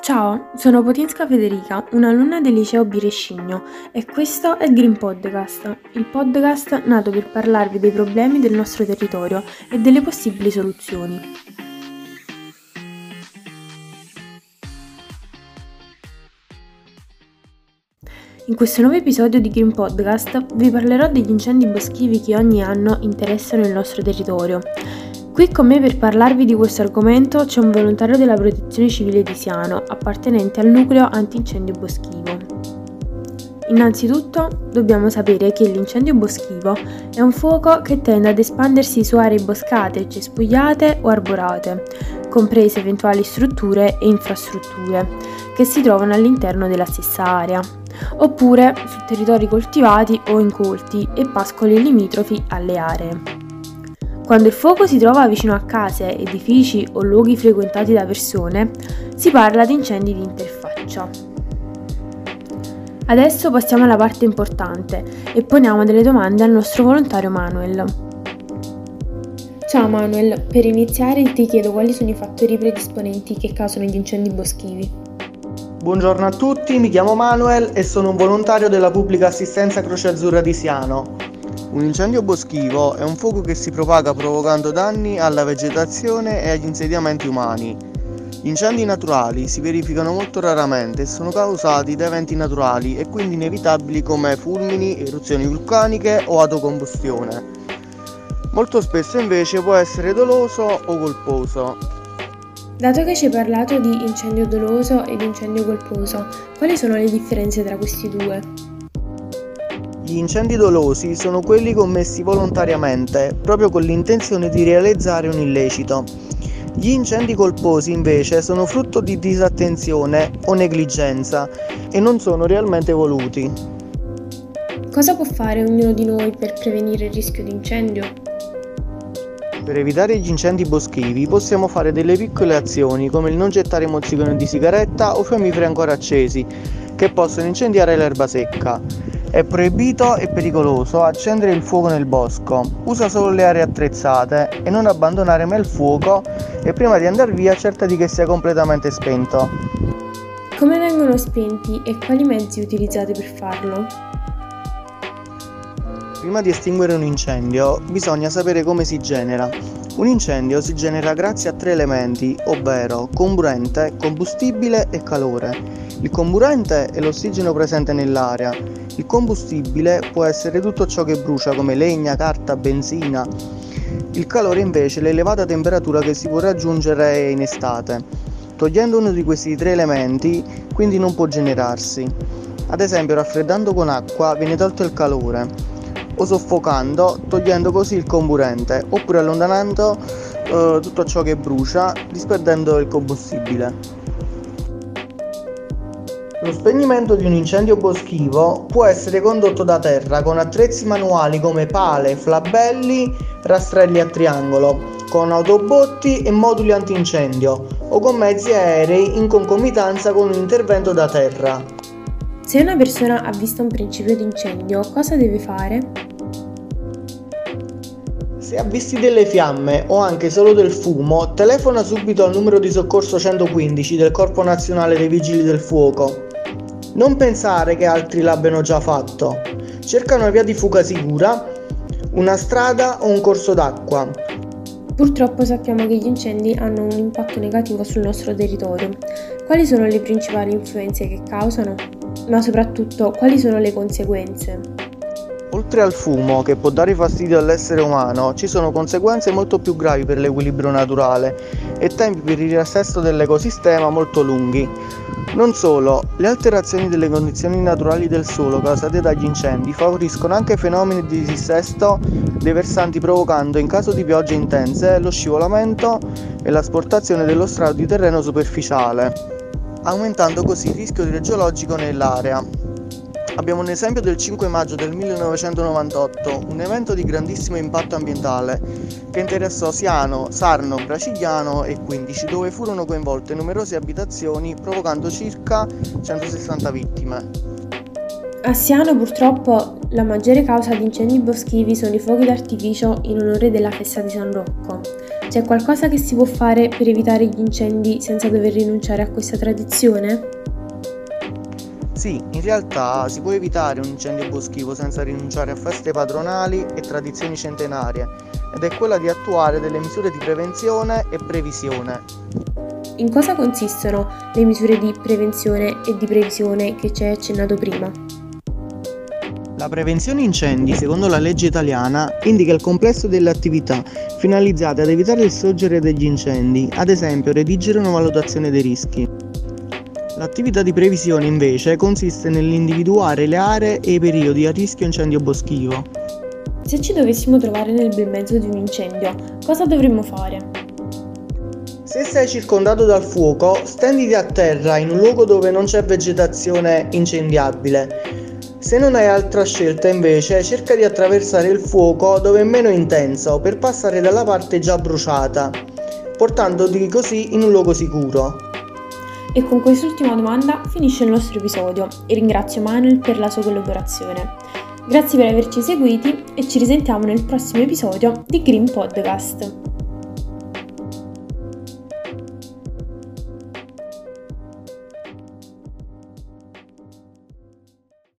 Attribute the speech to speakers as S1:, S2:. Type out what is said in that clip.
S1: Ciao, sono Potinska Federica, un'alunna del liceo Birescigno e questo è Green Podcast, il podcast nato per parlarvi dei problemi del nostro territorio e delle possibili soluzioni. In questo nuovo episodio di Green Podcast vi parlerò degli incendi boschivi che ogni anno interessano il nostro territorio. Qui con me per parlarvi di questo argomento c'è un volontario della Protezione Civile di Siano, appartenente al nucleo antincendio boschivo. Innanzitutto dobbiamo sapere che l'incendio boschivo è un fuoco che tende ad espandersi su aree boscate, cespugliate o arborate, comprese eventuali strutture e infrastrutture che si trovano all'interno della stessa area, oppure su territori coltivati o incolti e pascoli limitrofi alle aree. Quando il fuoco si trova vicino a case, edifici o luoghi frequentati da persone, si parla di incendi di interfaccia. Adesso passiamo alla parte importante e poniamo delle domande al nostro volontario Manuel. Ciao Manuel, per iniziare ti chiedo quali sono i fattori predisponenti che causano gli incendi boschivi.
S2: Buongiorno a tutti, mi chiamo Manuel e sono un volontario della Pubblica Assistenza Croce Azzurra di Siano. Un incendio boschivo è un fuoco che si propaga provocando danni alla vegetazione e agli insediamenti umani. Gli incendi naturali si verificano molto raramente e sono causati da eventi naturali e quindi inevitabili come fulmini, eruzioni vulcaniche o autocombustione. Molto spesso invece può essere doloso o colposo.
S1: Dato che ci hai parlato di incendio doloso ed incendio colposo, quali sono le differenze tra questi due?
S2: Gli incendi dolosi sono quelli commessi volontariamente, proprio con l'intenzione di realizzare un illecito. Gli incendi colposi invece sono frutto di disattenzione o negligenza e non sono realmente voluti.
S1: Cosa può fare ognuno di noi per prevenire il rischio di incendio?
S2: Per evitare gli incendi boschivi possiamo fare delle piccole azioni come il non gettare mozziconi di sigaretta o fiammiferi ancora accesi che possono incendiare l'erba secca. È proibito e pericoloso accendere il fuoco nel bosco. Usa solo le aree attrezzate e non abbandonare mai il fuoco e prima di andare via cercati che sia completamente spento.
S1: Come vengono spenti e quali mezzi utilizzate per farlo?
S2: Prima di estinguere un incendio bisogna sapere come si genera. Un incendio si genera grazie a 3 elementi, ovvero comburente, combustibile e calore. Il comburente è l'ossigeno presente nell'aria. Il combustibile può essere tutto ciò che brucia come legna, carta, benzina. Il calore invece è l'elevata temperatura che si può raggiungere in estate. Togliendo uno di questi 3 elementi, quindi non può generarsi. Ad esempio, raffreddando con acqua viene tolto il calore, o soffocando, togliendo così il comburente, oppure allontanando tutto ciò che brucia, disperdendo il combustibile. Lo spegnimento di un incendio boschivo può essere condotto da terra con attrezzi manuali come pale, flabelli, rastrelli a triangolo, con autobotti e moduli antincendio o con mezzi aerei in concomitanza con un intervento da terra.
S1: Se una persona ha visto un principio di incendio, cosa deve fare?
S2: Se avvisti delle fiamme o anche solo del fumo, telefona subito al numero di soccorso 115 del Corpo Nazionale dei Vigili del Fuoco. Non pensare che altri l'abbiano già fatto. Cerca una via di fuga sicura, una strada o un corso d'acqua.
S1: Purtroppo sappiamo che gli incendi hanno un impatto negativo sul nostro territorio. Quali sono le principali influenze che causano? Ma soprattutto, quali sono le conseguenze?
S2: Oltre al fumo, che può dare fastidio all'essere umano, ci sono conseguenze molto più gravi per l'equilibrio naturale e tempi per il riassesto dell'ecosistema molto lunghi. Non solo, le alterazioni delle condizioni naturali del suolo causate dagli incendi favoriscono anche fenomeni di dissesto dei versanti, provocando in caso di piogge intense lo scivolamento e l'asportazione dello strato di terreno superficiale, aumentando così il rischio idrogeologico nell'area. Abbiamo un esempio del 5 maggio del 1998, un evento di grandissimo impatto ambientale che interessò Siano, Sarno, Bracigliano e Quindici, dove furono coinvolte numerose abitazioni provocando circa 160 vittime.
S1: A Siano purtroppo la maggiore causa di incendi boschivi sono i fuochi d'artificio in onore della festa di San Rocco. C'è qualcosa che si può fare per evitare gli incendi senza dover rinunciare a questa tradizione?
S2: Sì, in realtà si può evitare un incendio boschivo senza rinunciare a feste padronali e tradizioni centenarie, ed è quella di attuare delle misure di prevenzione e previsione.
S1: In cosa consistono le misure di prevenzione e di previsione che ci hai accennato prima?
S2: La prevenzione incendi, secondo la legge italiana, indica il complesso delle attività finalizzate ad evitare il sorgere degli incendi, ad esempio redigere una valutazione dei rischi. L'attività di previsione invece consiste nell'individuare le aree e i periodi a rischio incendio boschivo.
S1: Se ci dovessimo trovare nel bel mezzo di un incendio, cosa dovremmo fare?
S2: Se sei circondato dal fuoco, stenditi a terra in un luogo dove non c'è vegetazione incendiabile. Se non hai altra scelta invece, cerca di attraversare il fuoco dove è meno intenso per passare dalla parte già bruciata, portandoti così in un luogo sicuro.
S1: E con quest'ultima domanda finisce il nostro episodio e ringrazio Manuel per la sua collaborazione. Grazie per averci seguiti e ci risentiamo nel prossimo episodio di Green Podcast.